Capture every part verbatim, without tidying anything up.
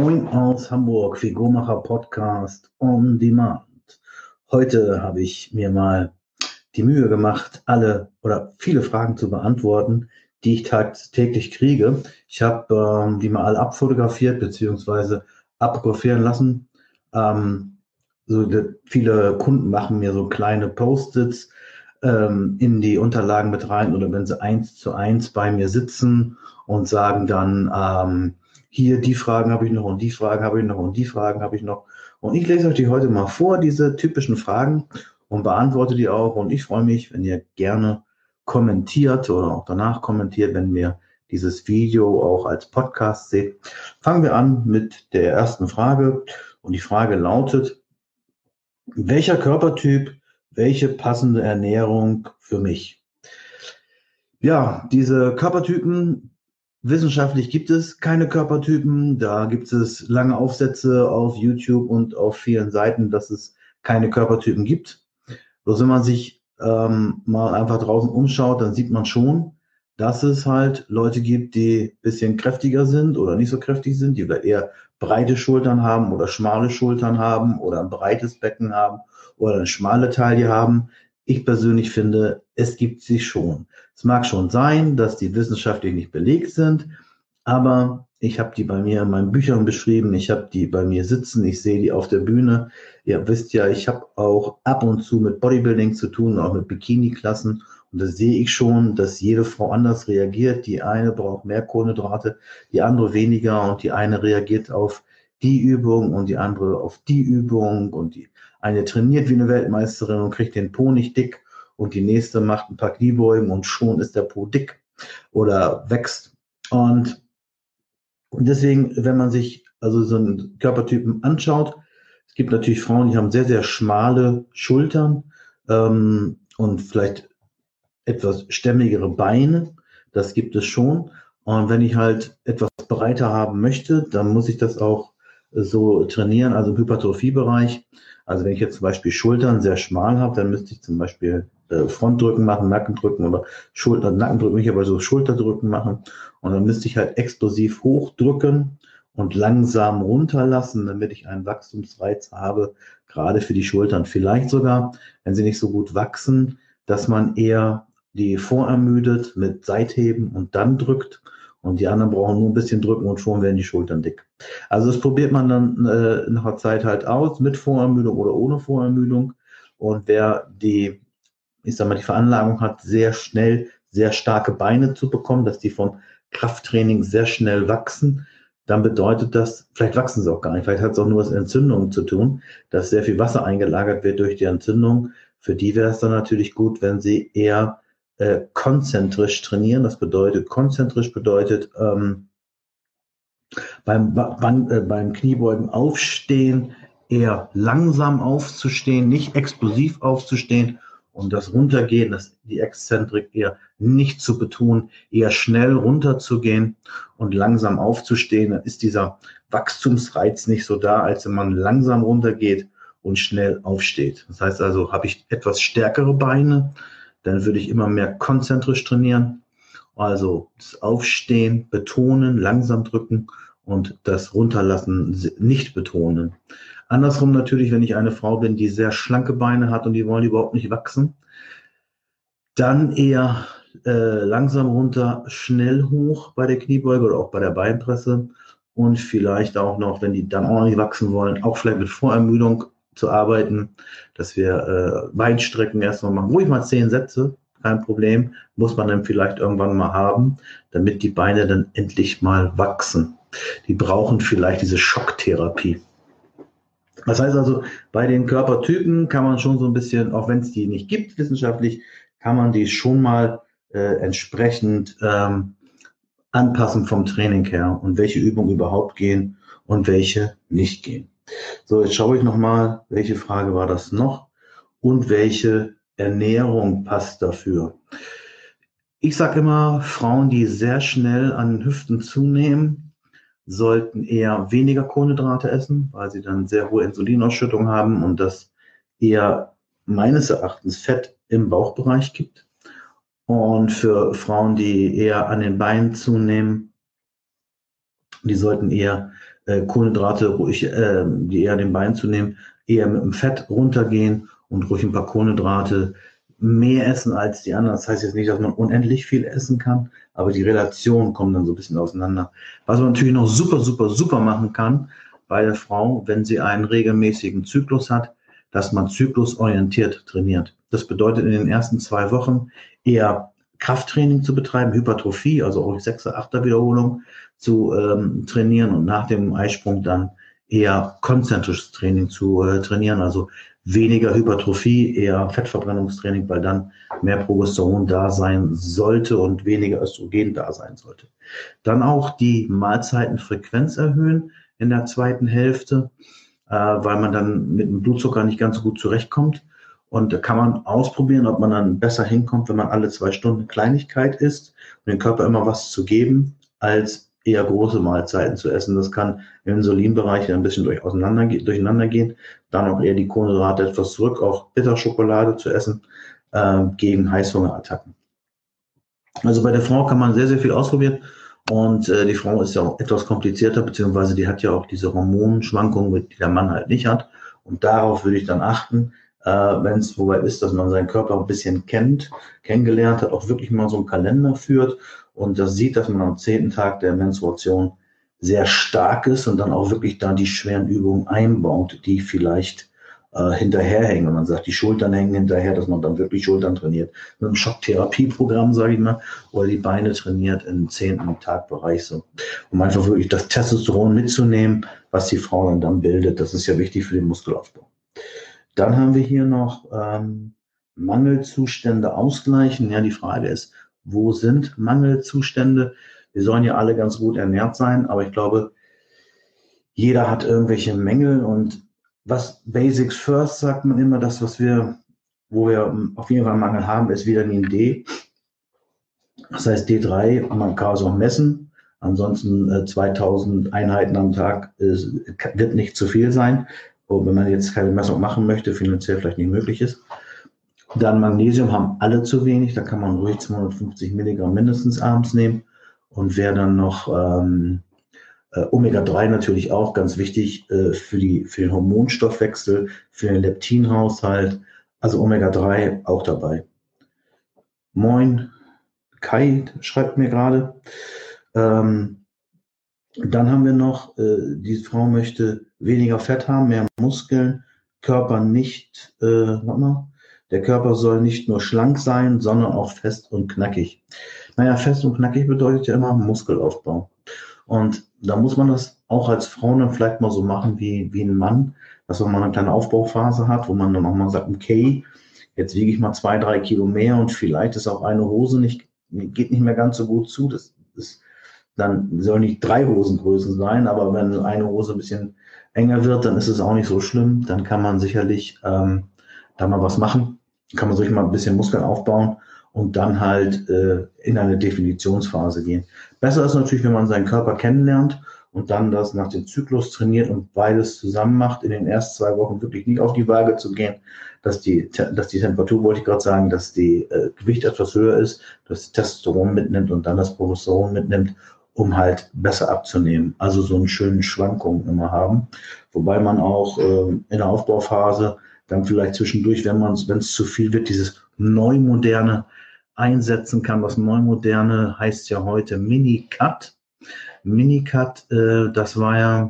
Moin aus Hamburg, Figurmacher Podcast on Demand. Heute habe ich mir mal die Mühe gemacht, alle oder viele Fragen zu beantworten, die ich tagtäglich kriege. Ich habe ähm, die mal alle abfotografiert bzw. abfotografieren lassen. Ähm, so de, viele Kunden machen mir so kleine Post-its ähm, in die Unterlagen mit rein oder wenn sie eins zu eins bei mir sitzen und sagen dann, ähm, hier, die Fragen habe ich noch und die Fragen habe ich noch und die Fragen habe ich noch. Und ich lese euch die heute mal vor, diese typischen Fragen, und beantworte die auch. Und ich freue mich, wenn ihr gerne kommentiert oder auch danach kommentiert, wenn wir dieses Video auch als Podcast seht. Fangen wir an mit der ersten Frage. Und die Frage lautet, welcher Körpertyp, welche passende Ernährung für mich? Ja, diese Körpertypen, wissenschaftlich gibt es keine Körpertypen. Da gibt es lange Aufsätze auf YouTube und auf vielen Seiten, dass es keine Körpertypen gibt. Bloß wenn man sich ähm, mal einfach draußen umschaut, dann sieht man schon, dass es halt Leute gibt, die ein bisschen kräftiger sind oder nicht so kräftig sind, die vielleicht eher breite Schultern haben oder schmale Schultern haben oder ein breites Becken haben oder eine schmale Taille haben. Ich persönlich finde, es gibt sie schon. Es mag schon sein, dass die wissenschaftlich nicht belegt sind, aber ich habe die bei mir in meinen Büchern beschrieben, ich habe die bei mir sitzen, ich sehe die auf der Bühne. Ihr wisst ja, ich habe auch ab und zu mit Bodybuilding zu tun, auch mit Bikini-Klassen. Und da sehe ich schon, dass jede Frau anders reagiert. Die eine braucht mehr Kohlenhydrate, die andere weniger. Und die eine reagiert auf die Übung und die andere auf die Übung. Und die eine trainiert wie eine Weltmeisterin und kriegt den Po nicht dick. Und die nächste macht ein paar Kniebeugen und schon ist der Po dick oder wächst. Und deswegen, wenn man sich also so einen Körpertypen anschaut, es gibt natürlich Frauen, die haben sehr, sehr schmale Schultern ähm, und vielleicht etwas stämmigere Beine. Das gibt es schon. Und wenn ich halt etwas breiter haben möchte, dann muss ich das auch so trainieren, also im Hypertrophiebereich. Also wenn ich jetzt zum Beispiel Schultern sehr schmal habe, dann müsste ich zum Beispiel äh, Frontdrücken machen, Nackendrücken oder Schulter, Nackendrücken, nicht aber so Schulterdrücken machen. Und dann müsste ich halt explosiv hochdrücken und langsam runterlassen, damit ich einen Wachstumsreiz habe, gerade für die Schultern. Vielleicht sogar, wenn sie nicht so gut wachsen, dass man eher die vorermüdet mit Seitheben und dann drückt. Und die anderen brauchen nur ein bisschen drücken und schon werden die Schultern dick. Also das probiert man dann äh, nach der Zeit halt aus, mit Vorermüdung oder ohne Vorermüdung. Und wer die, ich sag mal, die Veranlagung hat, sehr schnell sehr starke Beine zu bekommen, dass die vom Krafttraining sehr schnell wachsen, dann bedeutet das, vielleicht wachsen sie auch gar nicht, vielleicht hat es auch nur was mit Entzündungen zu tun, dass sehr viel Wasser eingelagert wird durch die Entzündung. Für die wäre es dann natürlich gut, wenn sie eher äh, konzentrisch trainieren. Das bedeutet, konzentrisch bedeutet, ähm, beim, beim, äh, beim Kniebeugen aufstehen, eher langsam aufzustehen, nicht explosiv aufzustehen und das Runtergehen, das, die Exzentrik eher nicht zu betonen, eher schnell runterzugehen und langsam aufzustehen. Dann ist dieser Wachstumsreiz nicht so da, als wenn man langsam runtergeht und schnell aufsteht. Das heißt also, habe ich etwas stärkere Beine, dann würde ich immer mehr konzentrisch trainieren. Also das Aufstehen, betonen, langsam drücken und das Runterlassen nicht betonen. Andersrum natürlich, wenn ich eine Frau bin, die sehr schlanke Beine hat und die wollen überhaupt nicht wachsen, dann eher äh, langsam runter, schnell hoch bei der Kniebeuge oder auch bei der Beinpresse und vielleicht auch noch, wenn die dann auch nicht wachsen wollen, auch vielleicht mit Vorermüdung zu arbeiten, dass wir äh, Beinstrecken erstmal machen. Ruhig mal zehn Sätze, kein Problem, muss man dann vielleicht irgendwann mal haben, damit die Beine dann endlich mal wachsen. Die brauchen vielleicht diese Schocktherapie. Das heißt also, bei den Körpertypen kann man schon so ein bisschen, auch wenn es die nicht gibt wissenschaftlich, kann man die schon mal äh, entsprechend ähm, anpassen vom Training her und welche Übungen überhaupt gehen und welche nicht gehen. So, jetzt schaue ich nochmal, welche Frage war das noch und welche Ernährung passt dafür. Ich sage immer, Frauen, die sehr schnell an den Hüften zunehmen, sollten eher weniger Kohlenhydrate essen, weil sie dann sehr hohe Insulinausschüttung haben und das eher meines Erachtens Fett im Bauchbereich gibt. Und für Frauen, die eher an den Beinen zunehmen, die sollten eher äh, Kohlenhydrate ruhig, äh, die eher den Bein zu nehmen, eher mit dem Fett runtergehen und ruhig ein paar Kohlenhydrate mehr essen als die anderen. Das heißt jetzt nicht, dass man unendlich viel essen kann, aber die Relation kommt dann so ein bisschen auseinander. Was man natürlich noch super, super, super machen kann bei der Frau, wenn sie einen regelmäßigen Zyklus hat, dass man zyklusorientiert trainiert. Das bedeutet in den ersten zwei Wochen eher Krafttraining zu betreiben, Hypertrophie, also auch sechser, achter Wiederholung zu ähm, trainieren und nach dem Eisprung dann eher konzentrisches Training zu äh, trainieren, also weniger Hypertrophie, eher Fettverbrennungstraining, weil dann mehr Progesteron da sein sollte und weniger Östrogen da sein sollte. Dann auch die Mahlzeitenfrequenz erhöhen in der zweiten Hälfte, äh, weil man dann mit dem Blutzucker nicht ganz so gut zurechtkommt. Und da kann man ausprobieren, ob man dann besser hinkommt, wenn man alle zwei Stunden Kleinigkeit isst und dem Körper immer was zu geben, als eher große Mahlzeiten zu essen. Das kann im Insulinbereich ein bisschen durch auseinander, durcheinander gehen. Dann auch eher die Kohlenhydrate etwas zurück, auch Bitterschokolade zu essen äh, gegen Heißhungerattacken. Also bei der Frau kann man sehr, sehr viel ausprobieren. Und äh, die Frau ist ja auch etwas komplizierter, beziehungsweise die hat ja auch diese Hormonschwankungen, die der Mann halt nicht hat. Und darauf würde ich dann achten, äh, wenn es soweit ist, dass man seinen Körper ein bisschen kennt, kennengelernt hat, auch wirklich mal so einen Kalender führt und das sieht, dass man am zehnten Tag der Menstruation sehr stark ist und dann auch wirklich da die schweren Übungen einbaut, die vielleicht äh, hinterherhängen. Und man sagt, die Schultern hängen hinterher, dass man dann wirklich Schultern trainiert. Mit einem Schocktherapieprogramm, sage ich mal, oder die Beine trainiert im zehnten Tagbereich so. Um einfach wirklich das Testosteron mitzunehmen, was die Frau dann, dann bildet. Das ist ja wichtig für den Muskelaufbau. Dann haben wir hier noch ähm, Mangelzustände ausgleichen. Ja, die Frage ist, wo sind Mangelzustände? Wir sollen ja alle ganz gut ernährt sein, aber ich glaube, jeder hat irgendwelche Mängel und was Basics first, sagt man immer, das, was wir, wo wir auf jeden Fall einen Mangel haben, ist Vitamin D. Das heißt D drei, man kann es auch messen. Ansonsten äh, zweitausend Einheiten am Tag ist, wird nicht zu viel sein. Und wenn man jetzt keine Messung machen möchte, finanziell vielleicht nicht möglich ist. Dann Magnesium haben alle zu wenig, da kann man ruhig zweihundertfünfzig Milligramm mindestens abends nehmen. Und wer dann noch ähm, äh, Omega drei natürlich auch ganz wichtig äh, für, die, für den Hormonstoffwechsel, für den Leptinhaushalt. Also Omega drei auch dabei. Moin, Kai schreibt mir gerade. Ähm, dann haben wir noch, äh, die Frau möchte weniger Fett haben, mehr Muskeln, Körper nicht, äh, warte mal, der Körper soll nicht nur schlank sein, sondern auch fest und knackig. Naja, fest und knackig bedeutet ja immer Muskelaufbau. Und da muss man das auch als Frau dann vielleicht mal so machen wie, wie ein Mann, dass man mal eine kleine Aufbauphase hat, wo man dann auch mal sagt, okay, jetzt wiege ich mal zwei, drei Kilo mehr und vielleicht ist auch eine Hose nicht, geht nicht mehr ganz so gut zu. Das ist, dann soll nicht drei Hosengrößen sein, aber wenn eine Hose ein bisschen enger wird, dann ist es auch nicht so schlimm. Dann kann man sicherlich ähm, da mal was machen. Kann man sich mal ein bisschen Muskeln aufbauen und dann halt äh, in eine Definitionsphase gehen. Besser ist natürlich, wenn man seinen Körper kennenlernt und dann das nach dem Zyklus trainiert und beides zusammen macht, in den ersten zwei Wochen wirklich nicht auf die Waage zu gehen, dass die, dass die Temperatur, wollte ich gerade sagen, dass die äh, Gewicht etwas höher ist, dass Testosteron mitnimmt und dann das Progesteron mitnimmt, um halt besser abzunehmen. Also so einen schönen Schwankungen immer haben. Wobei man auch äh, in der Aufbauphase dann vielleicht zwischendurch, wenn man wenn es zu viel wird, dieses Neumoderne einsetzen kann. Was Neumoderne heißt ja heute Minicut. Minicut, äh, das war ja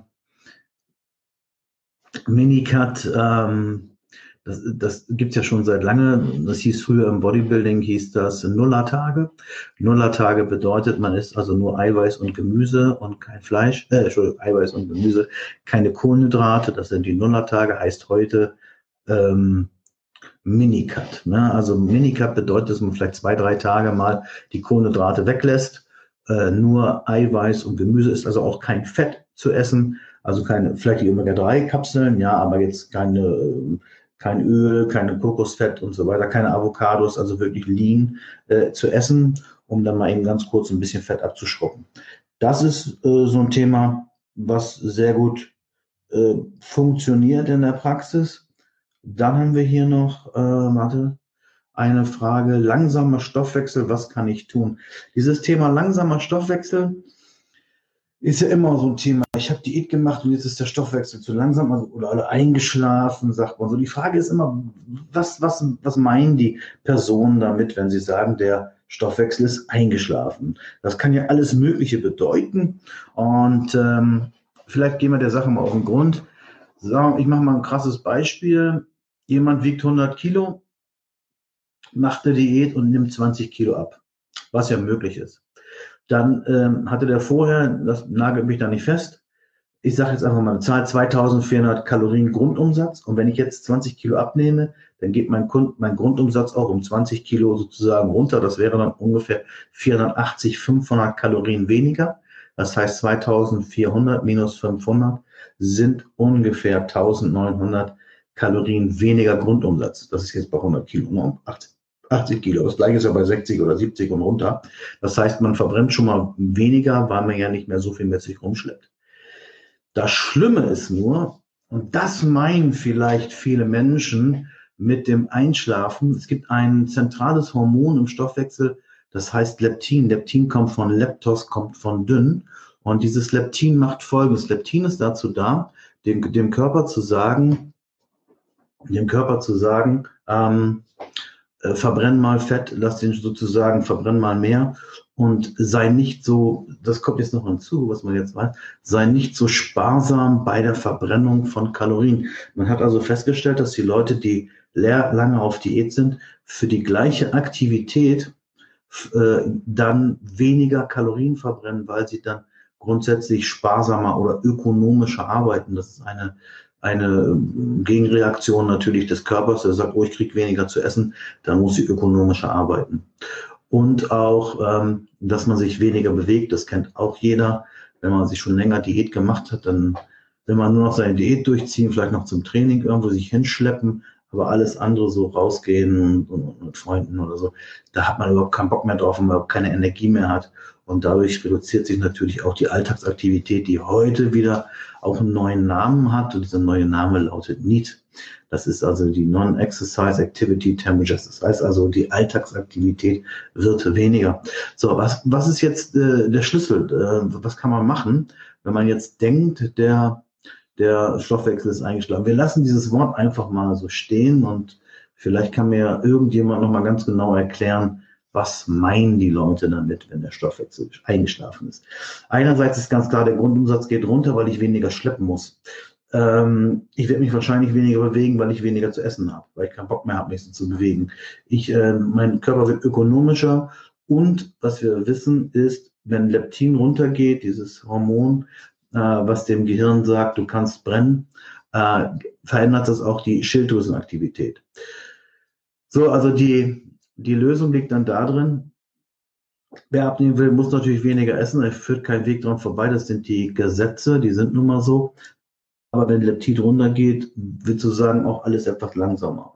Minicut, ähm, das, das gibt es ja schon seit lange. Das hieß früher im Bodybuilding, hieß das Nullertage. Nullertage bedeutet, man isst also nur Eiweiß und Gemüse und kein Fleisch, äh, Entschuldigung, Eiweiß und Gemüse, keine Kohlenhydrate. Das sind die Nullertage, heißt heute ähm, Minicut. Ne? Also Minicut bedeutet, dass man vielleicht zwei, drei Tage mal die Kohlenhydrate weglässt, äh, nur Eiweiß und Gemüse ist, also auch kein Fett zu essen, also keine, vielleicht die Omega drei Kapseln, ja, aber jetzt keine, kein Öl, keine Kokosfett und so weiter, keine Avocados, also wirklich lean äh, zu essen, um dann mal eben ganz kurz ein bisschen Fett abzuschrubben. Das ist äh, so ein Thema, was sehr gut äh, funktioniert in der Praxis. Dann haben wir hier noch, äh, warte, eine Frage, langsamer Stoffwechsel, was kann ich tun? Dieses Thema langsamer Stoffwechsel, ist ja immer so ein Thema. Ich habe Diät gemacht und jetzt ist der Stoffwechsel zu langsam, also, oder alle eingeschlafen, sagt man so. Die Frage ist immer, was, was, was meinen die Personen damit, wenn sie sagen, der Stoffwechsel ist eingeschlafen? Das kann ja alles Mögliche bedeuten. Und ähm, vielleicht gehen wir der Sache mal auf den Grund. So, ich mache mal ein krasses Beispiel. Jemand wiegt hundert Kilo, macht eine Diät und nimmt zwanzig Kilo ab, was ja möglich ist. Dann ähm, hatte der vorher, das nagelt mich da nicht fest, ich sage jetzt einfach mal eine Zahl, zweitausendvierhundert Kalorien Grundumsatz. Und wenn ich jetzt zwanzig Kilo abnehme, dann geht mein, mein Grundumsatz auch um zwanzig Kilo sozusagen runter. Das wäre dann ungefähr vierhundertachtzig, fünfhundert Kalorien weniger. Das heißt, zweitausendvierhundert minus fünfhundert sind ungefähr eintausendneunhundert Kalorien weniger Grundumsatz. Das ist jetzt bei hundert Kilo, ne? achtzig Kilo. Das gleiche ist ja bei sechzig oder siebzig und runter. Das heißt, man verbrennt schon mal weniger, weil man ja nicht mehr so viel mit sich rumschleppt. Das Schlimme ist nur, und das meinen vielleicht viele Menschen mit dem Einschlafen, es gibt ein zentrales Hormon im Stoffwechsel, das heißt Leptin. Leptin kommt von Leptos, kommt von dünn. Und dieses Leptin macht Folgendes. Leptin ist dazu da, dem, dem Körper zu sagen, dem Körper zu sagen, ähm, äh, verbrenn mal Fett, lass den sozusagen, verbrenn mal mehr und sei nicht so, das kommt jetzt noch hinzu, was man jetzt weiß, sei nicht so sparsam bei der Verbrennung von Kalorien. Man hat also festgestellt, dass die Leute, die lange auf Diät sind, für die gleiche Aktivität äh, dann weniger Kalorien verbrennen, weil sie dann grundsätzlich sparsamer oder ökonomischer arbeiten. Das ist eine eine Gegenreaktion natürlich des Körpers, der sagt, oh, ich kriege weniger zu essen, dann muss ich ökonomischer arbeiten. Und auch, ähm, dass man sich weniger bewegt, das kennt auch jeder. Wenn man sich schon länger Diät gemacht hat, dann will man nur noch seine Diät durchziehen, vielleicht noch zum Training irgendwo sich hinschleppen, aber alles andere so rausgehen und, und mit Freunden oder so, da hat man überhaupt keinen Bock mehr drauf, wenn man keine Energie mehr hat. Und dadurch reduziert sich natürlich auch die Alltagsaktivität, die heute wieder auch einen neuen Namen hat. Und dieser neue Name lautet N E A T. Das ist also die Non-Exercise Activity Temperature. Das heißt also, die Alltagsaktivität wird weniger. So, was, was ist jetzt äh, der Schlüssel? Äh, was kann man machen, wenn man jetzt denkt, der, der Stoffwechsel ist eingeschlafen? Wir lassen dieses Wort einfach mal so stehen und vielleicht kann mir irgendjemand noch mal ganz genau erklären, was meinen die Leute damit, wenn der Stoffwechsel eingeschlafen ist. Einerseits ist ganz klar, der Grundumsatz geht runter, weil ich weniger schleppen muss. Ähm, ich werde mich wahrscheinlich weniger bewegen, weil ich weniger zu essen habe, weil ich keinen Bock mehr habe, mich so zu bewegen. Ich, äh, mein Körper wird ökonomischer und was wir wissen ist, wenn Leptin runtergeht, dieses Hormon, äh, was dem Gehirn sagt, du kannst brennen, äh, verändert das auch die Schilddrüsenaktivität. So, also die Die Lösung liegt dann darin, wer abnehmen will, muss natürlich weniger essen. Er führt keinen Weg dran vorbei. Das sind die Gesetze, die sind nun mal so. Aber wenn Leptin runtergeht, wird sozusagen auch alles etwas langsamer.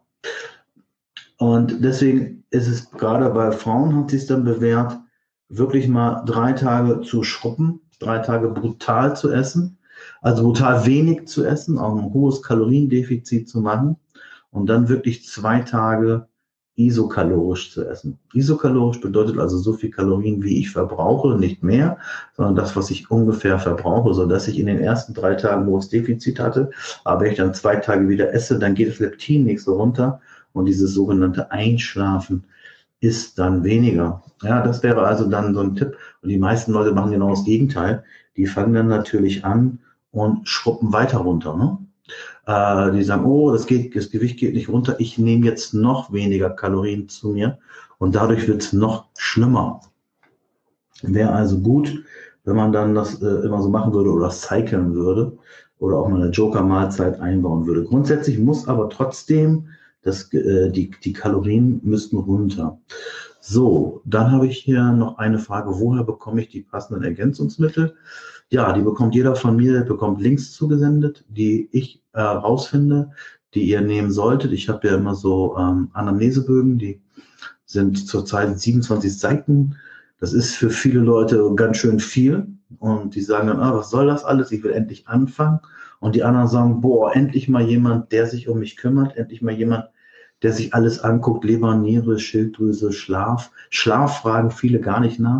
Und deswegen ist es gerade bei Frauen, hat sich dann bewährt, wirklich mal drei Tage zu schruppen, drei Tage brutal zu essen, also brutal wenig zu essen, auch ein hohes Kaloriendefizit zu machen und dann wirklich zwei Tage isokalorisch zu essen. Isokalorisch bedeutet also so viel Kalorien, wie ich verbrauche, nicht mehr, sondern das, was ich ungefähr verbrauche, sodass ich in den ersten drei Tagen hohes Defizit hatte, aber wenn ich dann zwei Tage wieder esse, dann geht das Leptin nicht so runter und dieses sogenannte Einschlafen ist dann weniger. Ja, das wäre also dann so ein Tipp. Und die meisten Leute machen genau das Gegenteil. Die fangen dann natürlich an und schruppen weiter runter, ne? Äh, die sagen, oh, das, geht, das Gewicht geht nicht runter, ich nehme jetzt noch weniger Kalorien zu mir und dadurch wird es noch schlimmer. Wäre also gut, wenn man dann das äh, immer so machen würde oder cyclen würde oder auch mal eine Joker-Mahlzeit einbauen würde. Grundsätzlich muss aber trotzdem, das, äh, die, die Kalorien müssten runter. So, dann habe ich hier noch eine Frage, woher bekomme ich die passenden Ergänzungsmittel? Ja, die bekommt jeder von mir, bekommt Links zugesendet, die ich äh, rausfinde, die ihr nehmen solltet. Ich habe ja immer so ähm, Anamnesebögen, die sind zurzeit siebenundzwanzig Seiten. Das ist für viele Leute ganz schön viel. Und die sagen dann, ah, was soll das alles? Ich will endlich anfangen. Und die anderen sagen, boah, endlich mal jemand, der sich um mich kümmert, endlich mal jemand, der sich alles anguckt, Leber, Niere, Schilddrüse, Schlaf. Schlaf fragen viele gar nicht nach.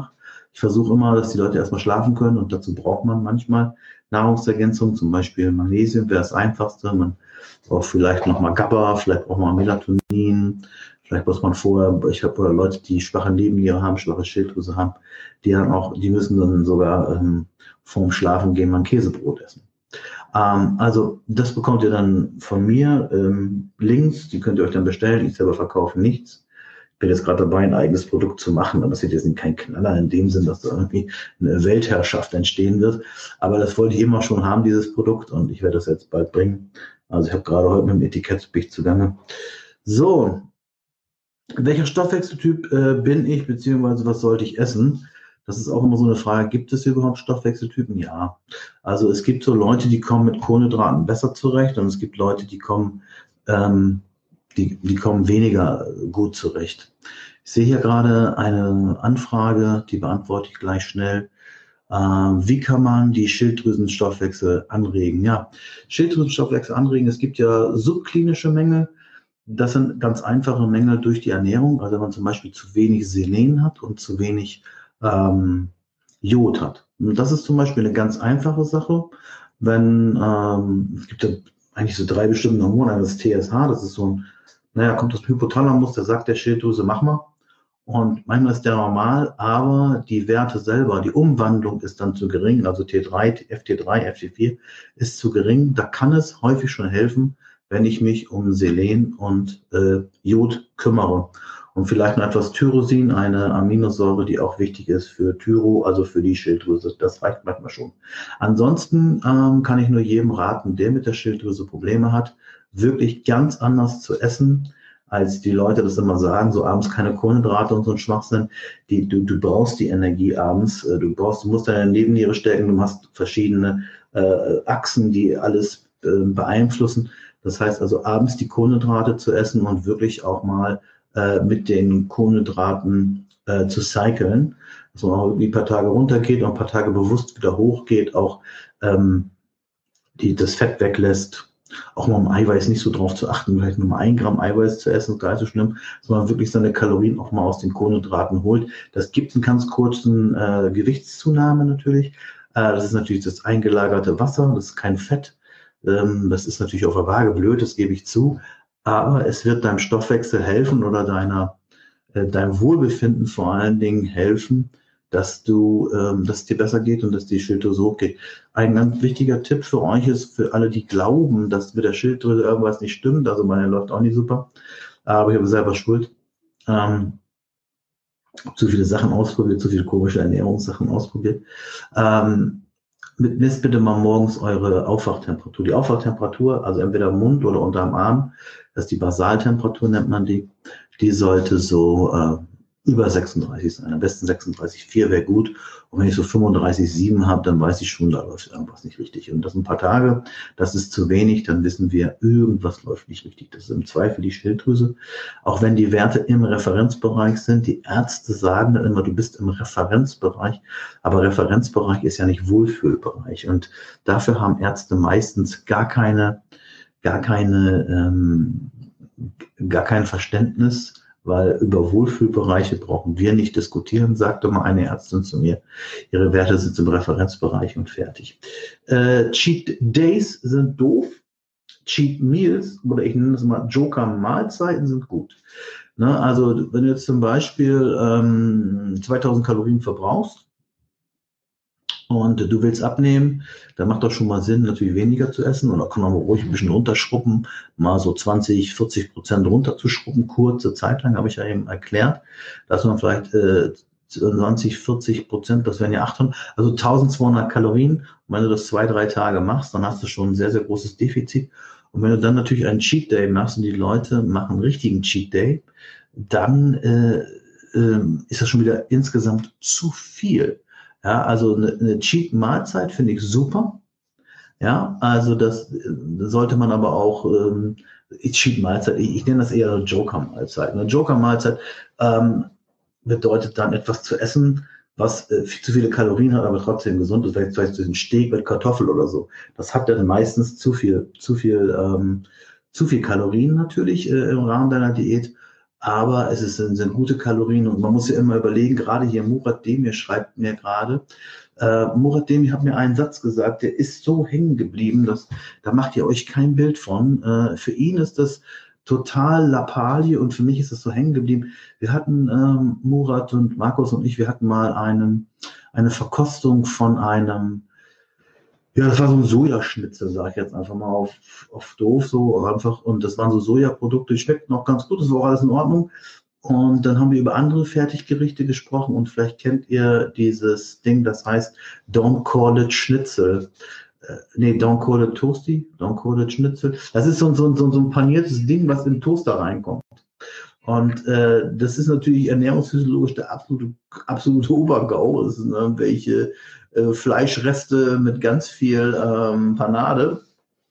Ich versuche immer, dass die Leute erstmal schlafen können und dazu braucht man manchmal Nahrungsergänzung, zum Beispiel Magnesium wäre das einfachste. Man braucht vielleicht nochmal GABA, vielleicht braucht man Melatonin, vielleicht muss man vorher, ich habe oder Leute, die schwache Nebenniere haben, schwache Schilddrüse haben, die dann auch, die müssen dann sogar ähm, vorm Schlafen gehen, mal ein Käsebrot essen. Ähm, also das bekommt ihr dann von mir, ähm, Links, die könnt ihr euch dann bestellen. Ich selber verkaufe nichts. Ich bin jetzt gerade dabei, ein eigenes Produkt zu machen, aber das wird jetzt kein Knaller in dem Sinn, dass da irgendwie eine Weltherrschaft entstehen wird. Aber das wollte ich immer schon haben, dieses Produkt, und ich werde das jetzt bald bringen. Also ich habe gerade heute mit dem Etikett bin ich zugange. So, welcher Stoffwechseltyp äh, bin ich, beziehungsweise was sollte ich essen? Das ist auch immer so eine Frage, gibt es überhaupt Stoffwechseltypen? Ja. Also es gibt so Leute, die kommen mit Kohlenhydraten besser zurecht, und es gibt Leute, die kommen, ähm, die, die kommen weniger gut zurecht. Ich sehe hier gerade eine Anfrage, die beantworte ich gleich schnell. Ähm, wie kann man die Schilddrüsenstoffwechsel anregen? Ja, Schilddrüsenstoffwechsel anregen, es gibt ja subklinische Mängel. Das sind ganz einfache Mängel durch die Ernährung, also wenn man zum Beispiel zu wenig Selen hat und zu wenig ähm, Jod hat. Und das ist zum Beispiel eine ganz einfache Sache. Wenn, ähm, es gibt ja eigentlich so drei bestimmte Hormone, das T S H, das ist so ein, naja, kommt aus dem Hypothalamus, der sagt der Schilddrüse, mach mal. Und manchmal ist der normal, aber die Werte selber, die Umwandlung ist dann zu gering, also T drei, F T drei, F T vier ist zu gering. Da kann es häufig schon helfen, wenn ich mich um Selen und äh, Jod kümmere. Und vielleicht noch etwas Tyrosin, eine Aminosäure, die auch wichtig ist für Thyro, also für die Schilddrüse. Das reicht manchmal schon. Ansonsten ähm, kann ich nur jedem raten, der mit der Schilddrüse Probleme hat, wirklich ganz anders zu essen, als die Leute das immer sagen, so abends keine Kohlenhydrate und so ein Schwachsinn. Die, du, du brauchst die Energie abends, du brauchst, du musst deine Nebenniere stärken, du hast verschiedene äh, Achsen, die alles äh, beeinflussen. Das heißt also abends die Kohlenhydrate zu essen und wirklich auch mal äh, mit den Kohlenhydraten äh, zu cyclen, dass man auch irgendwie ein paar Tage runtergeht und ein paar Tage bewusst wieder hochgeht, auch ähm, die, das Fett weglässt, auch mal am Eiweiß nicht so drauf zu achten, vielleicht nur mal ein Gramm Eiweiß zu essen, ist gar nicht so schlimm, dass man wirklich seine Kalorien auch mal aus den Kohlenhydraten holt. Das gibt einen ganz kurzen äh, Gewichtszunahme natürlich. Äh, das ist natürlich das eingelagerte Wasser, das ist kein Fett. Das ist natürlich auf der Waage blöd, das gebe ich zu, aber es wird deinem Stoffwechsel helfen oder deiner, äh, deinem Wohlbefinden vor allen Dingen helfen, dass du, ähm, dass es dir besser geht und dass die Schilddrüse hochgeht. Ein ganz wichtiger Tipp für euch ist, für alle, die glauben, dass mit der Schilddrüse irgendwas nicht stimmt, also meine läuft auch nicht super, aber ich habe selber Schuld. Ähm, zu viele Sachen ausprobiert, zu viele komische Ernährungssachen ausprobiert. Ähm, Misst bitte mal morgens eure Aufwachtemperatur. Die Aufwachtemperatur, also entweder im Mund oder unterm Arm, das ist die Basaltemperatur, nennt man die, die sollte so äh, über sechsunddreißig sein. Am besten sechsunddreißig Komma vier wäre gut. Und wenn ich so fünfunddreißig Komma sieben habe, dann weiß ich schon, da läuft irgendwas nicht richtig. Und das ein paar Tage, das ist zu wenig, dann wissen wir, irgendwas läuft nicht richtig. Das ist im Zweifel die Schilddrüse. Auch wenn die Werte im Referenzbereich sind, die Ärzte sagen dann immer, du bist im Referenzbereich, aber Referenzbereich ist ja nicht Wohlfühlbereich. Und dafür haben Ärzte meistens gar keine, gar keine, ähm, gar kein Verständnis, weil über Wohlfühlbereiche brauchen wir nicht diskutieren, sagte mal eine Ärztin zu mir. Ihre Werte sind im Referenzbereich und fertig. Äh, Cheat Days sind doof. Cheat Meals, oder ich nenne es mal Joker-Mahlzeiten, sind gut. Ne, also wenn du jetzt zum Beispiel ähm, zweitausend Kalorien verbrauchst und du willst abnehmen, dann macht das schon mal Sinn, natürlich weniger zu essen. Und da kann man ruhig ein bisschen runterschrubben, mal so zwanzig, vierzig Prozent runterzuschrubben, kurze Zeit lang, habe ich ja eben erklärt, dass man vielleicht äh, zwanzig, vierzig Prozent, das wären ja achthundert, also eintausendzweihundert Kalorien. Und wenn du das zwei, drei Tage machst, dann hast du schon ein sehr, sehr großes Defizit. Und wenn du dann natürlich einen Cheat Day machst und die Leute machen einen richtigen Cheat Day, dann äh, äh, ist das schon wieder insgesamt zu viel. Ja, also eine, eine Cheat-Mahlzeit finde ich super. Ja, also das sollte man aber auch, ähm, Cheat-Mahlzeit, ich, ich nenne das eher Joker-Mahlzeit. Eine Joker-Mahlzeit ähm, bedeutet dann etwas zu essen, was äh, viel zu viele Kalorien hat, aber trotzdem gesund ist. Vielleicht vielleicht ein Steak mit Kartoffel oder so. Das hat dann meistens zu viel, zu viel, ähm, zu viel Kalorien natürlich äh, im Rahmen deiner Diät. aber es ist, sind gute Kalorien und man muss ja immer überlegen, gerade hier Murat Demir schreibt mir gerade, äh, Murat Demir hat mir einen Satz gesagt, der ist so hängen geblieben, dass, da macht ihr euch kein Bild von. Äh, für ihn ist das total Lappalie und für mich ist das so hängen geblieben. Wir hatten, ähm, Murat und Markus und ich, wir hatten mal einen, eine Verkostung von einem, ja, das war so ein Sojaschnitzel, sage ich jetzt einfach mal auf, auf doof so einfach. Und das waren so Sojaprodukte, die schmeckten auch ganz gut, das war auch alles in Ordnung. Und dann haben wir über andere Fertiggerichte gesprochen und vielleicht kennt ihr dieses Ding, das heißt Don't Call It Schnitzel. Äh, nee, Don't Call It Toasty, Don't Call It Schnitzel. Das ist so, so, so, so ein paniertes Ding, was in den Toaster reinkommt. Und äh, das ist natürlich ernährungsphysiologisch der absolute, absolute Obergau. Das sind irgendwelche äh, Fleischreste mit ganz viel ähm, Panade.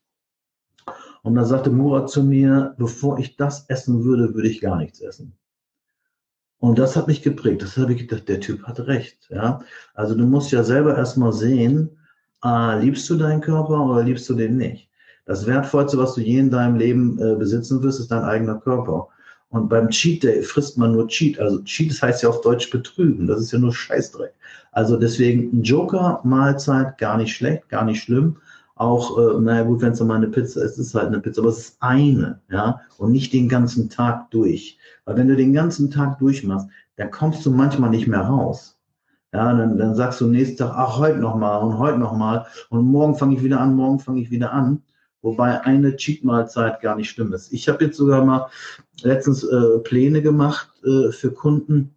Und da sagte Murat zu mir, bevor ich das essen würde, würde ich gar nichts essen. Und das hat mich geprägt. Das habe ich gedacht, der Typ hat recht. Ja? Also du musst ja selber erstmal sehen, äh, liebst du deinen Körper oder liebst du den nicht? Das Wertvollste, was du je in deinem Leben äh, besitzen wirst, ist dein eigener Körper. Und beim Cheat Day frisst man nur Cheat. Also Cheat, das heißt ja auf Deutsch betrügen. Das ist ja nur Scheißdreck. Also deswegen ein Joker-Mahlzeit, gar nicht schlecht, gar nicht schlimm. Auch, äh, naja gut, wenn es mal eine Pizza ist, ist es halt eine Pizza. Aber es ist eine, ja, und nicht den ganzen Tag durch. Weil wenn du den ganzen Tag durchmachst, dann kommst du manchmal nicht mehr raus. Ja, dann, dann sagst du nächsten Tag, ach, heute nochmal und heute nochmal und morgen fange ich wieder an, morgen fange ich wieder an. Wobei eine Cheat-Mahlzeit gar nicht schlimm ist. Ich habe jetzt sogar mal letztens äh, Pläne gemacht äh, für Kunden,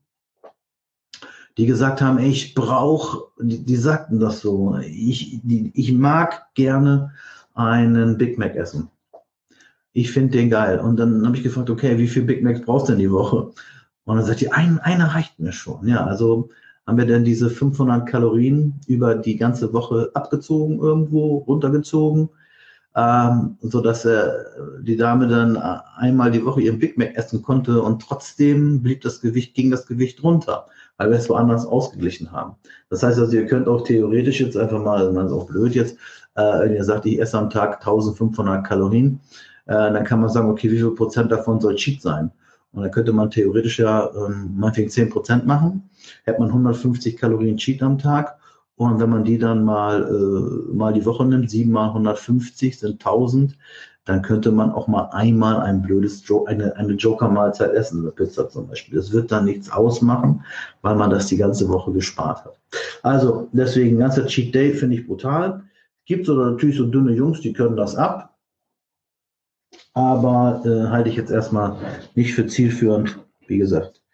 die gesagt haben, ey, ich brauche, die, die sagten das so, ich, die, ich mag gerne einen Big Mac essen. Ich finde den geil. Und dann habe ich gefragt, okay, wie viel Big Macs brauchst du denn die Woche? Und dann sagt die, ein, einer reicht mir schon. Ja, also haben wir dann diese fünfhundert Kalorien über die ganze Woche abgezogen, irgendwo runtergezogen, ähm, so dass äh, die Dame dann einmal die Woche ihren Big Mac essen konnte und trotzdem blieb das Gewicht, ging das Gewicht runter, weil wir es woanders ausgeglichen haben. Das heißt also, ihr könnt auch theoretisch jetzt einfach mal, man ist auch blöd jetzt, äh, wenn ihr sagt, ich esse am Tag eintausendfünfhundert Kalorien, äh, dann kann man sagen, okay, wie viel Prozent davon soll Cheat sein? Und dann könnte man theoretisch ja ähm, meinetwegen zehn Prozent machen, hätte man hundertfünfzig Kalorien Cheat am Tag. Und wenn man die dann mal, äh, mal die Woche nimmt, sieben mal hundertfünfzig sind tausend, dann könnte man auch mal einmal ein blödes jo- eine, eine Joker-Mahlzeit essen, eine Pizza zum Beispiel. Das wird dann nichts ausmachen, weil man das die ganze Woche gespart hat. Also deswegen, ganzer Cheat Day finde ich brutal. Gibt es natürlich so dünne Jungs, die können das ab. Aber äh, halte ich jetzt erstmal nicht für zielführend, wie gesagt.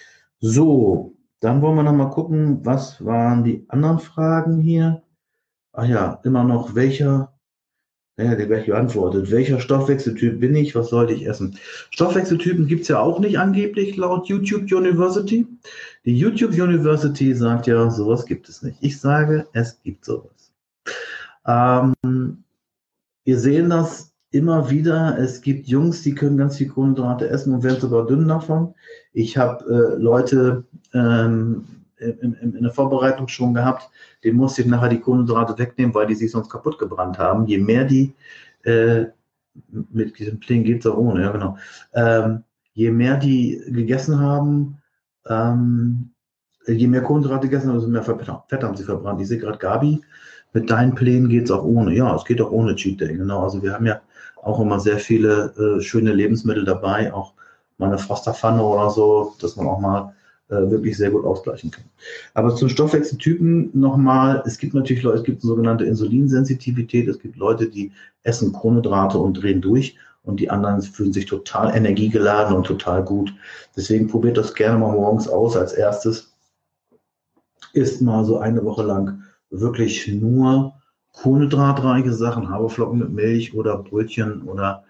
So, dann wollen wir noch mal gucken, was waren die anderen Fragen hier? Ach ja, immer noch, welcher, naja, der gleich beantwortet, welcher Stoffwechseltyp bin ich, was sollte ich essen? Stoffwechseltypen gibt es ja auch nicht angeblich laut YouTube University. Die YouTube University sagt ja, sowas gibt es nicht. Ich sage, es gibt sowas. Ähm, wir sehen das immer wieder, es gibt Jungs, die können ganz viel Kohlenhydrate essen und werden sogar dünn davon. Ich habe äh, Leute ähm, in, in, in der Vorbereitung schon gehabt, denen musste ich nachher die Kohlenhydrate wegnehmen, weil die sich sonst kaputt gebrannt haben. Je mehr die, äh, mit diesem Plänen geht es auch ohne, ja genau, ähm, je mehr die gegessen haben, ähm, je mehr Kohlenhydrate gegessen haben, umso mehr Fett haben sie verbrannt. Ich sehe gerade, Gabi, mit deinen Plänen geht es auch ohne. Ja, es geht auch ohne Cheat Day, genau. Also wir haben ja auch immer sehr viele äh, schöne Lebensmittel dabei, auch mal eine Frosterpfanne oder so, dass man auch mal äh, wirklich sehr gut ausgleichen kann. Aber zum Stoffwechseltypen nochmal, es gibt natürlich Leute, es gibt eine sogenannte Insulinsensitivität, es gibt Leute, die essen Kohlenhydrate und drehen durch und die anderen fühlen sich total energiegeladen und total gut. Deswegen probiert das gerne mal morgens aus als erstes. Isst mal so eine Woche lang wirklich nur kohlenhydratreiche Sachen, Haferflocken mit Milch oder Brötchen oder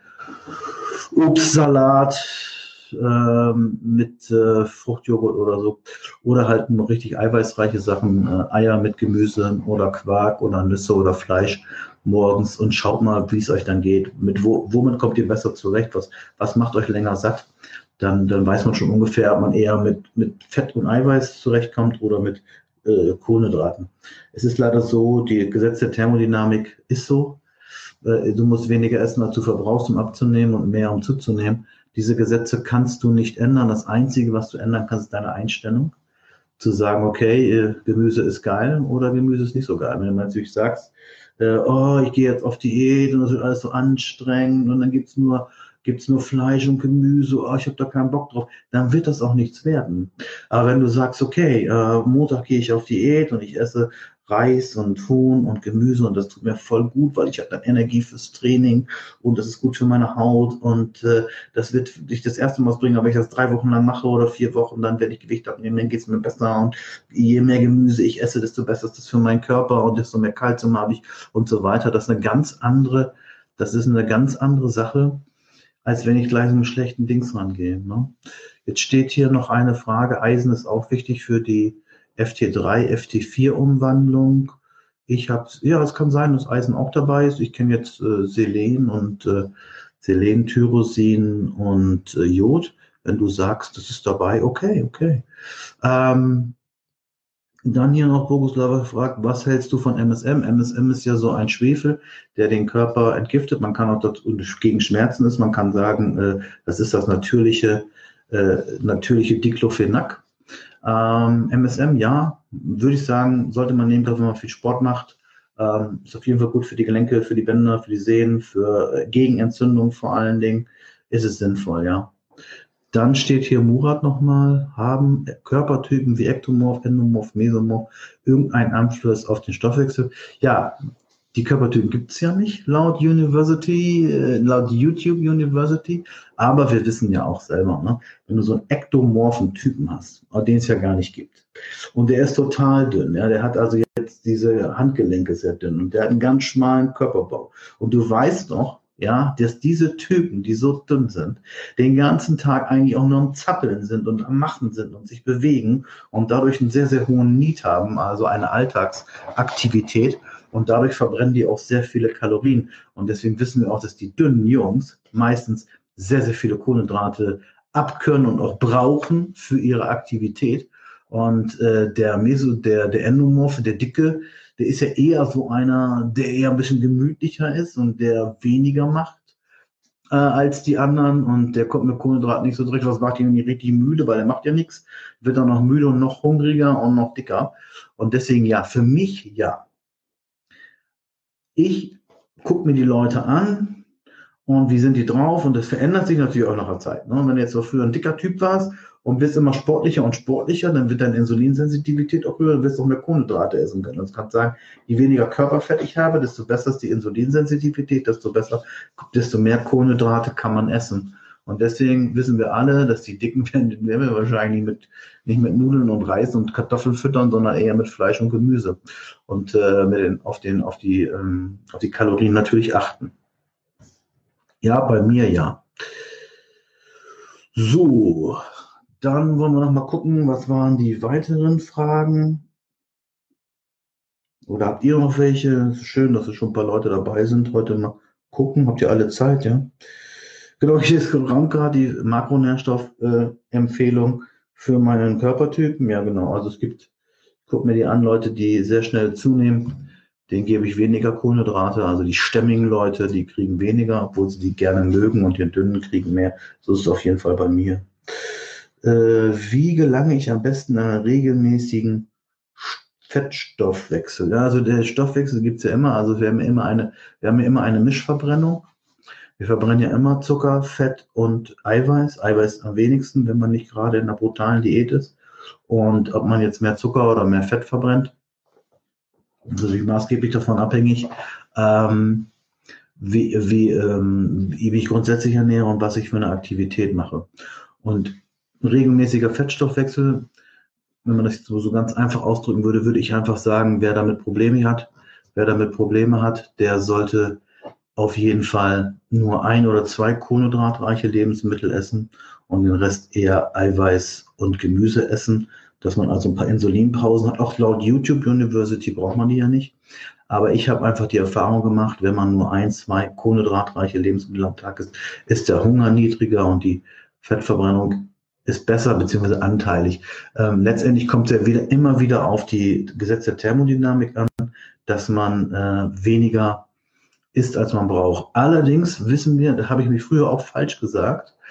Obstsalat ähm, mit äh, Fruchtjoghurt oder so. Oder halt noch richtig eiweißreiche Sachen, äh, Eier mit Gemüse oder Quark oder Nüsse oder Fleisch morgens und schaut mal, wie es euch dann geht. Mit wo, womit kommt ihr besser zurecht? Was, was macht euch länger satt? Dann, dann weiß man schon ungefähr, ob man eher mit, mit Fett und Eiweiß zurechtkommt oder mit Äh, Kohlenhydraten. Es ist leider so, die Gesetz der Thermodynamik ist so. Äh, du musst weniger essen, als du verbrauchst, um abzunehmen und mehr, um zuzunehmen. Diese Gesetze kannst du nicht ändern. Das Einzige, was du ändern kannst, ist deine Einstellung. Zu sagen, okay, Gemüse ist geil oder Gemüse ist nicht so geil. Wenn du natürlich sagst, äh, oh, ich gehe jetzt auf Diät und das wird alles so anstrengend und dann gibt's nur, gibt's nur Fleisch und Gemüse, oh, ich habe da keinen Bock drauf, dann wird das auch nichts werden. Aber wenn du sagst, okay, äh, Montag gehe ich auf Diät und ich esse Reis und Huhn und Gemüse und das tut mir voll gut, weil ich habe dann Energie fürs Training und das ist gut für meine Haut und äh, das wird dich das erste Mal bringen, aber wenn ich das drei Wochen lang mache oder vier Wochen, dann werde ich Gewicht abnehmen, dann geht es mir besser und je mehr Gemüse ich esse, desto besser ist das für meinen Körper und desto mehr Kalzium habe ich und so weiter. Das ist eine ganz andere, das ist eine ganz andere Sache, als wenn ich gleich so mit schlechten Dings rangehe. Ne? Jetzt steht hier noch eine Frage, Eisen ist auch wichtig für die F T drei, F T vier Umwandlung. Ich habe, ja, es kann sein, dass Eisen auch dabei ist. Ich kenne jetzt äh, Selen und äh, Selen, Tyrosin und äh, Jod. Wenn du sagst, das ist dabei, okay, okay. Ähm, dann hier noch Boguslava fragt, was hältst du von M S M? M S M ist ja so ein Schwefel, der den Körper entgiftet. Man kann auch dazu, gegen Schmerzen ist, man kann sagen, äh, das ist das natürliche, äh, natürliche Diclofenac. Ähm, M S M, ja, würde ich sagen, sollte man nehmen, wenn man viel Sport macht. Ähm, ist auf jeden Fall gut für die Gelenke, für die Bänder, für die Sehnen, für äh, Gegenentzündung vor allen Dingen. Ist es sinnvoll, ja. Dann steht hier Murat nochmal, haben Körpertypen wie Ektomorph, Endomorph, Mesomorph irgendeinen Einfluss auf den Stoffwechsel? Ja, die Körpertypen gibt es ja nicht laut University, äh, laut YouTube University, aber wir wissen ja auch selber, ne, wenn du so einen ektomorphen Typen hast, den es ja gar nicht gibt, und der ist total dünn, ja, der hat also jetzt diese Handgelenke sehr dünn und der hat einen ganz schmalen Körperbau und du weißt doch, ja, dass diese Typen, die so dünn sind, den ganzen Tag eigentlich auch nur am Zappeln sind und am Machen sind und sich bewegen und dadurch einen sehr, sehr hohen Need haben, also eine Alltagsaktivität. Und dadurch verbrennen die auch sehr viele Kalorien. Und deswegen wissen wir auch, dass die dünnen Jungs meistens sehr, sehr viele Kohlenhydrate abkönnen und auch brauchen für ihre Aktivität. Und äh, der Meso, der, der Endomorphe, der Dicke, der ist ja eher so einer, der eher ein bisschen gemütlicher ist und der weniger macht äh, als die anderen. Und der kommt mit Kohlenhydraten nicht so zurecht. Was macht ihn richtig müde, weil er macht ja nichts. Wird dann noch müde und noch hungriger und noch dicker. Und deswegen ja, für mich ja. Ich gucke mir die Leute an und wie sind die drauf und das verändert sich natürlich auch nach der Zeit. Ne? Wenn du jetzt so früher ein dicker Typ warst und bist immer sportlicher und sportlicher, dann wird deine Insulinsensitivität auch höher, dann wirst du auch mehr Kohlenhydrate essen können. Das kannst sagen, je weniger Körperfett ich habe, desto besser ist die Insulinsensitivität, desto besser, desto mehr Kohlenhydrate kann man essen. Und deswegen wissen wir alle, dass die Dicken werden, die werden wir wahrscheinlich mit, nicht mit Nudeln und Reis und Kartoffeln füttern, sondern eher mit Fleisch und Gemüse. Und äh, mit den, auf, den, auf, die, ähm, auf die Kalorien natürlich achten. Ja, bei mir ja. So, dann wollen wir noch mal gucken, was waren die weiteren Fragen? Oder habt ihr noch welche? Es ist schön, dass es schon ein paar Leute dabei sind. Heute mal gucken. Habt ihr alle Zeit, ja? Genau, hier ist gerade die Makronährstoff-Empfehlung für meinen Körpertypen. Ja, genau. Also es gibt, guck mir die an, Leute, die sehr schnell zunehmen, denen gebe ich weniger Kohlenhydrate. Also die stämmigen Leute, die kriegen weniger, obwohl sie die gerne mögen, und die dünnen kriegen mehr. So ist es auf jeden Fall bei mir. Äh, wie gelange ich am besten einen regelmäßigen Fettstoffwechsel? Ja, also der Stoffwechsel gibt es ja immer. Also wir haben immer eine, wir haben ja immer eine Mischverbrennung. Wir verbrennen ja immer Zucker, Fett und Eiweiß. Eiweiß am wenigsten, wenn man nicht gerade in einer brutalen Diät ist. Und ob man jetzt mehr Zucker oder mehr Fett verbrennt, das ist maßgeblich davon abhängig, ähm, wie, wie, ähm, wie ich grundsätzlich ernähre und was ich für eine Aktivität mache. Und ein regelmäßiger Fettstoffwechsel, wenn man das jetzt so ganz einfach ausdrücken würde, würde ich einfach sagen, wer damit Probleme hat, wer damit Probleme hat, der sollte auf jeden Fall nur ein oder zwei kohlenhydratreiche Lebensmittel essen und den Rest eher Eiweiß und Gemüse essen, dass man also ein paar Insulinpausen hat. Auch laut YouTube University braucht man die ja nicht. Aber ich habe einfach die Erfahrung gemacht, wenn man nur ein, zwei kohlenhydratreiche Lebensmittel am Tag isst, ist der Hunger niedriger und die Fettverbrennung ist besser, beziehungsweise anteilig. Ähm, letztendlich kommt es ja wieder, immer wieder auf die Gesetze der Thermodynamik an, dass man äh, weniger isst, als man braucht. Allerdings wissen wir, da habe ich mich früher auch falsch gesagt,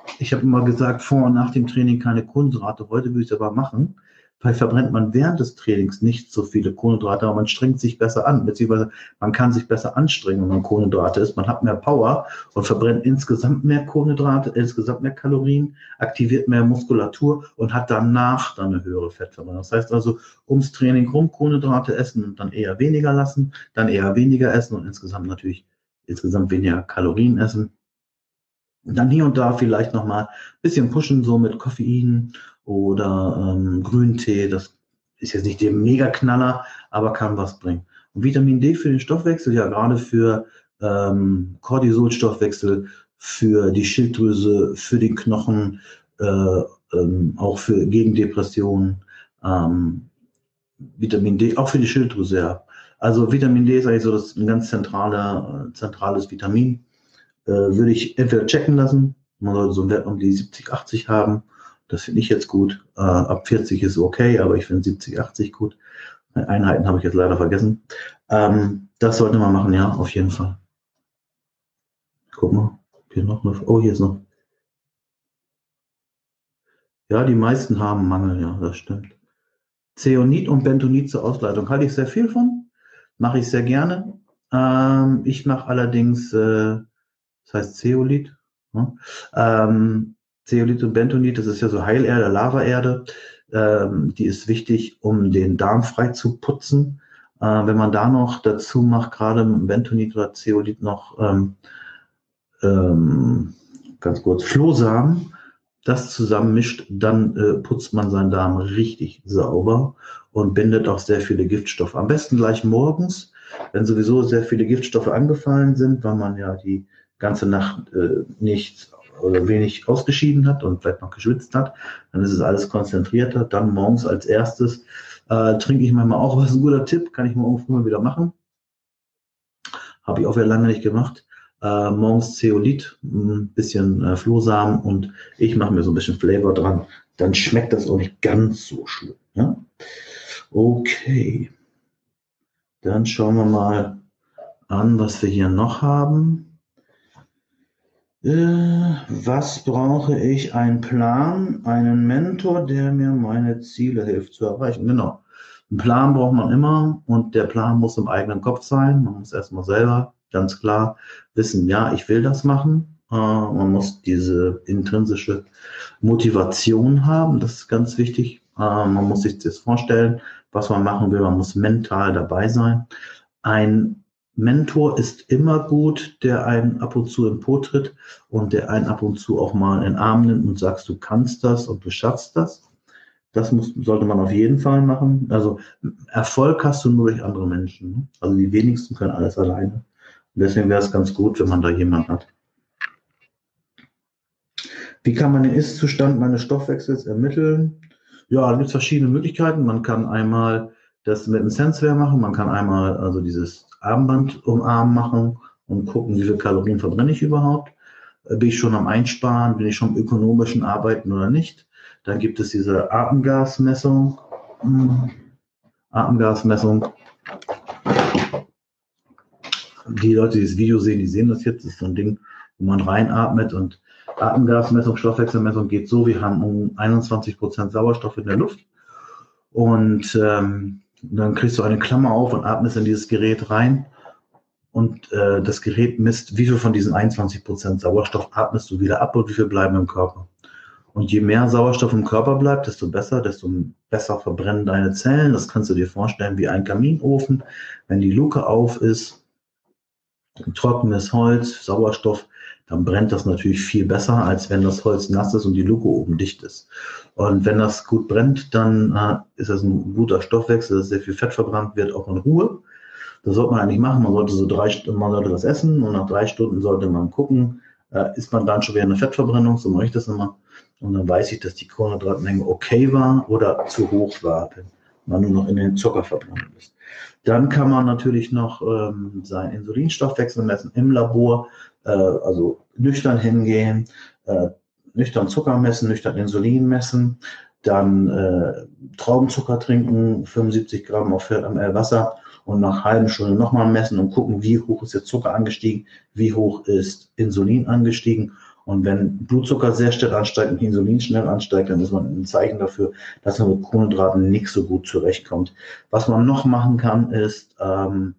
ich habe immer gesagt, vor und nach dem Training keine Kohlenhydrate. Heute würde ich es aber machen, weil verbrennt man während des Trainings nicht so viele Kohlenhydrate, aber man strengt sich besser an, beziehungsweise man kann sich besser anstrengen, wenn man Kohlenhydrate isst. Man hat mehr Power und verbrennt insgesamt mehr Kohlenhydrate, insgesamt mehr Kalorien, aktiviert mehr Muskulatur und hat danach dann eine höhere Fettverbrennung. Das heißt also, ums Training rum Kohlenhydrate essen und dann eher weniger lassen, dann eher weniger essen und insgesamt natürlich insgesamt weniger Kalorien essen. Dann hier und da vielleicht nochmal ein bisschen pushen, so mit Koffein oder ähm, Grüntee. Das ist jetzt nicht der Mega-Knaller, aber kann was bringen. Und Vitamin D für den Stoffwechsel, ja gerade für ähm, Cortisolstoffwechsel, für die Schilddrüse, für den Knochen, äh, ähm, auch für gegen Depressionen. Ähm, Vitamin D, auch für die Schilddrüse, ja. Also Vitamin D ist eigentlich so das ein ganz zentraler, zentrales Vitamin. Äh, würde ich entweder checken lassen, man sollte so einen Wert um die siebzig, achtzig haben, das finde ich jetzt gut, äh, ab vierzig ist okay, aber ich finde siebzig, achtzig gut, Einheiten habe ich jetzt leider vergessen, ähm, das sollte man machen, ja, auf jeden Fall. Guck mal, hier noch, oh, hier ist noch, ja, die meisten haben Mangel, ja, das stimmt. Zeonit und Bentonit zur Ausleitung, halte ich sehr viel von, mache ich sehr gerne, ähm, ich mache allerdings, äh, das heißt Zeolit. Ne? Ähm, Zeolit und Bentonit, das ist ja so Heilerde, Lavaerde. Ähm, die ist wichtig, um den Darm frei zu putzen. Äh, wenn man da noch dazu macht, gerade mit Bentonit oder Zeolit noch ähm, ähm, ganz kurz Flohsamen, das zusammen mischt, dann äh, putzt man seinen Darm richtig sauber und bindet auch sehr viele Giftstoffe. Am besten gleich morgens, wenn sowieso sehr viele Giftstoffe angefallen sind, weil man ja die ganze Nacht äh, nicht oder wenig ausgeschieden hat und vielleicht noch geschwitzt hat, dann ist es alles konzentrierter. Dann morgens als erstes äh, trinke ich manchmal auch, was ein guter Tipp, kann ich morgen früh mal wieder machen. Habe ich auch wieder lange nicht gemacht. Äh, morgens Zeolit, ein bisschen äh, Flohsamen und ich mache mir so ein bisschen Flavor dran. Dann schmeckt das auch nicht ganz so schlimm. Ja? Okay. Dann schauen wir mal an, was wir hier noch haben. Äh, was brauche ich? Einen Plan, einen Mentor, der mir meine Ziele hilft zu erreichen. Genau. Einen Plan braucht man immer und der Plan muss im eigenen Kopf sein. Man muss erstmal selber ganz klar wissen, ja, ich will das machen. Äh, man muss diese intrinsische Motivation haben. Das ist ganz wichtig. Äh, man muss sich das vorstellen, was man machen will. Man muss mental dabei sein. Ein Mentor ist immer gut, der einen ab und zu im Po tritt und der einen ab und zu auch mal in den Arm nimmt und sagt, du kannst das und du schaffst das. Das muss, sollte man auf jeden Fall machen. Also Erfolg hast du nur durch andere Menschen. Also die wenigsten können alles alleine. Und deswegen wäre es ganz gut, wenn man da jemanden hat. Wie kann man den Ist-Zustand meines Stoffwechsels ermitteln? Ja, da gibt es verschiedene Möglichkeiten. Man kann einmal das mit einem Senseware machen. Man kann einmal also dieses Armband umarmen machen und gucken, wie viele Kalorien verbrenne ich überhaupt. Bin ich schon am Einsparen? Bin ich schon im ökonomischen Arbeiten oder nicht? Dann gibt es diese Atemgasmessung. Hm. Atemgasmessung. Die Leute, die das Video sehen, die sehen das jetzt. Das ist so ein Ding, wo man reinatmet und Atemgasmessung, Stoffwechselmessung geht so, wir haben um einundzwanzig Prozent Sauerstoff in der Luft und ähm, dann kriegst du eine Klammer auf und atmest in dieses Gerät rein und äh, das Gerät misst, wie viel von diesen einundzwanzig Prozent Sauerstoff atmest du wieder ab und wie viel bleiben im Körper. Und je mehr Sauerstoff im Körper bleibt, desto besser, desto besser verbrennen deine Zellen. Das kannst du dir vorstellen wie ein Kaminofen. Wenn die Luke auf ist, trockenes Holz, Sauerstoff, dann brennt das natürlich viel besser, als wenn das Holz nass ist und die Luke oben dicht ist. Und wenn das gut brennt, dann äh, ist das ein guter Stoffwechsel, dass sehr viel Fett verbrannt wird, auch in Ruhe. Das sollte man eigentlich machen. Man sollte so drei Stunden, man sollte das essen und nach drei Stunden sollte man gucken, äh, ist man dann schon wieder eine Fettverbrennung, so mache ich das immer. Und dann weiß ich, dass die Kohlenhydratmenge okay war oder zu hoch war, wenn man nur noch in den Zucker verbrannt ist. Dann kann man natürlich noch ähm, seinen Insulinstoffwechsel messen im Labor, äh, also nüchtern hingehen, äh, nüchtern Zucker messen, nüchtern Insulin messen, dann äh, Traubenzucker trinken, fünfundsiebzig Gramm auf vier Milliliter Wasser und nach einer halben Stunde nochmal messen und gucken, wie hoch ist der Zucker angestiegen, wie hoch ist Insulin angestiegen. Und wenn Blutzucker sehr schnell ansteigt und Insulin schnell ansteigt, dann ist man ein Zeichen dafür, dass man mit Kohlenhydraten nicht so gut zurechtkommt. Was man noch machen kann, ist ähm,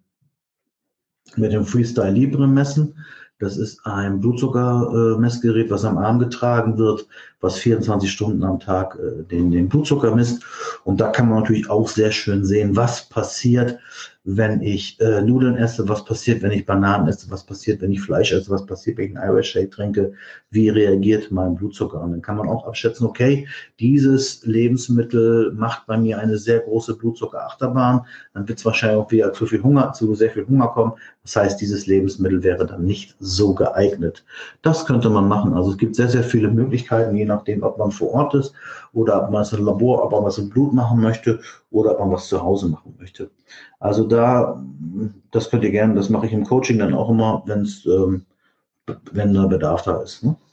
mit dem Freestyle Libre messen. Das ist ein Blutzuckermessgerät, was am Arm getragen wird, was vierundzwanzig Stunden am Tag äh, den, den Blutzucker misst. Und da kann man natürlich auch sehr schön sehen, was passiert, wenn ich äh, Nudeln esse, was passiert, wenn ich Bananen esse, was passiert, wenn ich Fleisch esse, was passiert, wenn ich einen Eiweißshake trinke, wie reagiert mein Blutzucker. Und dann kann man auch abschätzen, okay, dieses Lebensmittel macht bei mir eine sehr große Blutzuckerachterbahn, dann wird es wahrscheinlich auch wieder zu viel Hunger, zu sehr viel Hunger kommen. Das heißt, dieses Lebensmittel wäre dann nicht so geeignet. Das könnte man machen. Also es gibt sehr, sehr viele Möglichkeiten, je nachdem, ob man vor Ort ist oder ob man es im Labor, ob man was im Blut machen möchte oder ob man was zu Hause machen möchte. Also da, das könnt ihr gerne, das mache ich im Coaching dann auch immer, wenn es, ähm, wenn da Bedarf da ist. Ne?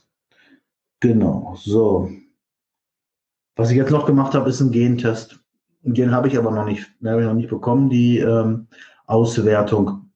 Genau, so. Was ich jetzt noch gemacht habe, ist ein Gentest. Den habe ich aber noch nicht, den habe ich noch nicht bekommen, die ähm, Auswertung.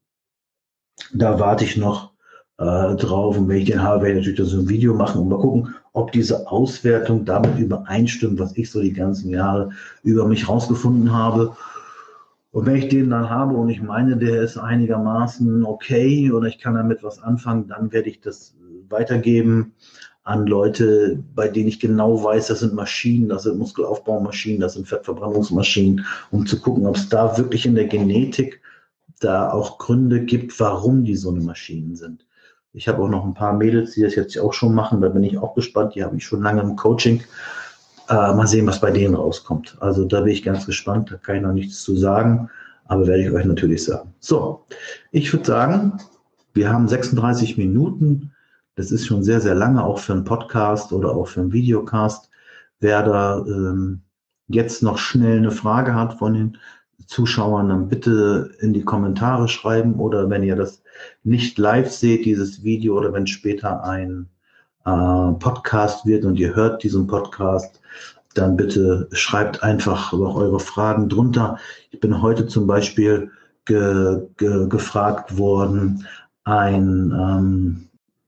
Da warte ich noch äh, drauf, und wenn ich den habe, werde ich natürlich so ein Video machen und mal gucken, ob diese Auswertung damit übereinstimmt, was ich so die ganzen Jahre über mich rausgefunden habe. Und wenn ich den dann habe und ich meine, der ist einigermaßen okay oder ich kann damit was anfangen, dann werde ich das weitergeben an Leute, bei denen ich genau weiß, das sind Maschinen, das sind Muskelaufbaumaschinen, das sind Fettverbrennungsmaschinen, um zu gucken, ob es da wirklich in der Genetik da auch Gründe gibt, warum die so eine Maschinen sind. Ich habe auch noch ein paar Mädels, die das jetzt auch schon machen, da bin ich auch gespannt, die habe ich schon lange im Coaching. Äh, mal sehen, was bei denen rauskommt. Also da bin ich ganz gespannt, da kann ich noch nichts zu sagen, aber werde ich euch natürlich sagen. So, ich würde sagen, wir haben sechsunddreißig Minuten. Das ist schon sehr, sehr lange, auch für einen Podcast oder auch für einen Videocast. Wer da ähm, jetzt noch schnell eine Frage hat von den Zuschauern, dann bitte in die Kommentare schreiben, oder wenn ihr das nicht live seht, dieses Video, oder wenn später ein äh, Podcast wird und ihr hört diesen Podcast, dann bitte schreibt einfach noch eure Fragen drunter. Ich bin heute zum Beispiel ge, ge, gefragt worden, ein, ähm,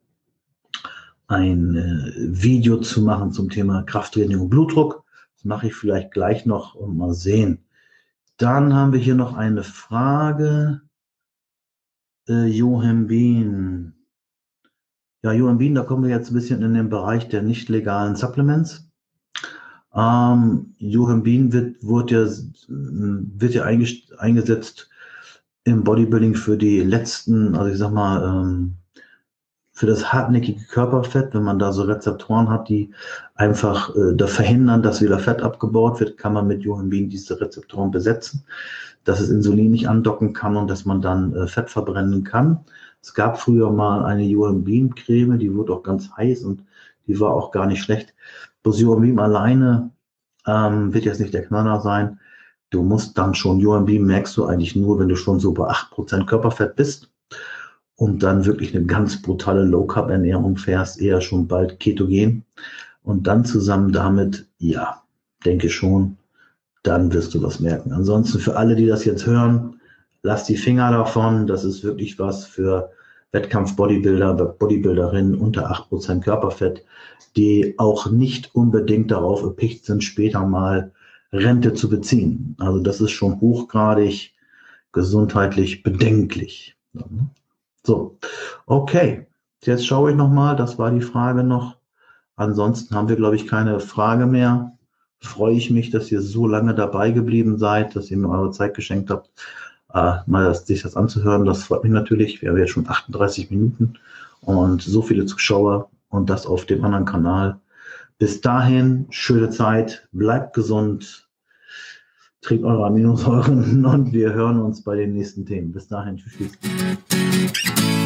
ein äh, Video zu machen zum Thema Krafttraining und Blutdruck. Das mache ich vielleicht gleich noch und mal sehen. Dann haben wir hier noch eine Frage. Äh, Johann Bien. Ja, Johann Bien, da kommen wir jetzt ein bisschen in den Bereich der nicht legalen Supplements. Ähm, Johann Bien wird, wird ja, wird ja eingesetzt im Bodybuilding für die letzten, also ich sag mal, ähm, für das hartnäckige Körperfett. Wenn man da so Rezeptoren hat, die einfach äh, da verhindern, dass wieder Fett abgebaut wird, kann man mit Johann Bien diese Rezeptoren besetzen, dass es Insulin nicht andocken kann und dass man dann äh, Fett verbrennen kann. Es gab früher mal eine Johann Bien Creme, die wurde auch ganz heiß und die war auch gar nicht schlecht. Bloß Johann Bien alleine ähm, wird jetzt nicht der Knaller sein. Du musst dann schon, Johann Bien merkst du eigentlich nur, wenn du schon so bei acht Prozent Körperfett bist und dann wirklich eine ganz brutale Low-Carb-Ernährung fährst, eher schon bald ketogen. Und dann zusammen damit, ja, denke schon, dann wirst du was merken. Ansonsten für alle, die das jetzt hören, lasst die Finger davon. Das ist wirklich was für Wettkampf-Bodybuilder, Bodybuilderinnen unter acht Prozent Körperfett, die auch nicht unbedingt darauf erpicht sind, später mal Rente zu beziehen. Also das ist schon hochgradig gesundheitlich bedenklich. So, okay. Jetzt schaue ich nochmal, das war die Frage noch. Ansonsten haben wir, glaube ich, keine Frage mehr. Freue ich mich, dass ihr so lange dabei geblieben seid, dass ihr mir eure Zeit geschenkt habt, äh, mal das, sich das anzuhören. Das freut mich natürlich. Wir haben jetzt schon achtunddreißig Minuten und so viele Zuschauer und das auf dem anderen Kanal. Bis dahin, schöne Zeit, bleibt gesund, trinkt eure Aminosäuren und wir hören uns bei den nächsten Themen. Bis dahin, tschüss.